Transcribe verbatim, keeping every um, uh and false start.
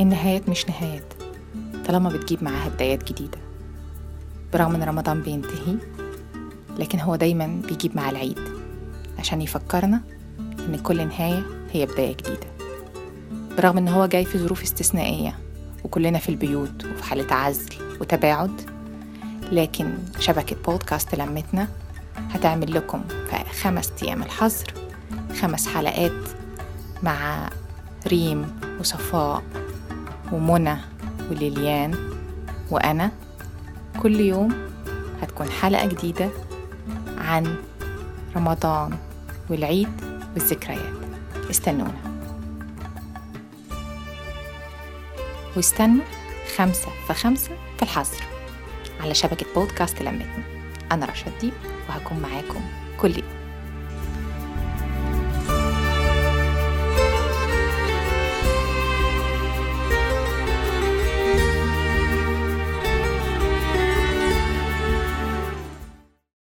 النهايات مش نهايات طالما بتجيب معاها بدايات جديدة. برغم ان رمضان بينتهي، لكن هو دايما بيجيب مع العيد عشان يفكرنا ان كل نهاية هي بداية جديدة. برغم ان هو جاي في ظروف استثنائية وكلنا في البيوت وفي حالة عزل وتباعد، لكن شبكة بودكاست لمتنا هتعمل لكم في خمس أيام الحظر خمس حلقات مع ريم وصفاء ومنى وليليان وأنا. كل يوم هتكون حلقة جديدة عن رمضان والعيد والذكريات. استنونا واستنوا خمسة فخمسة في الحظر على شبكة بودكاست لمتنا. أنا رشا الديب وهكون معاكم كل يوم.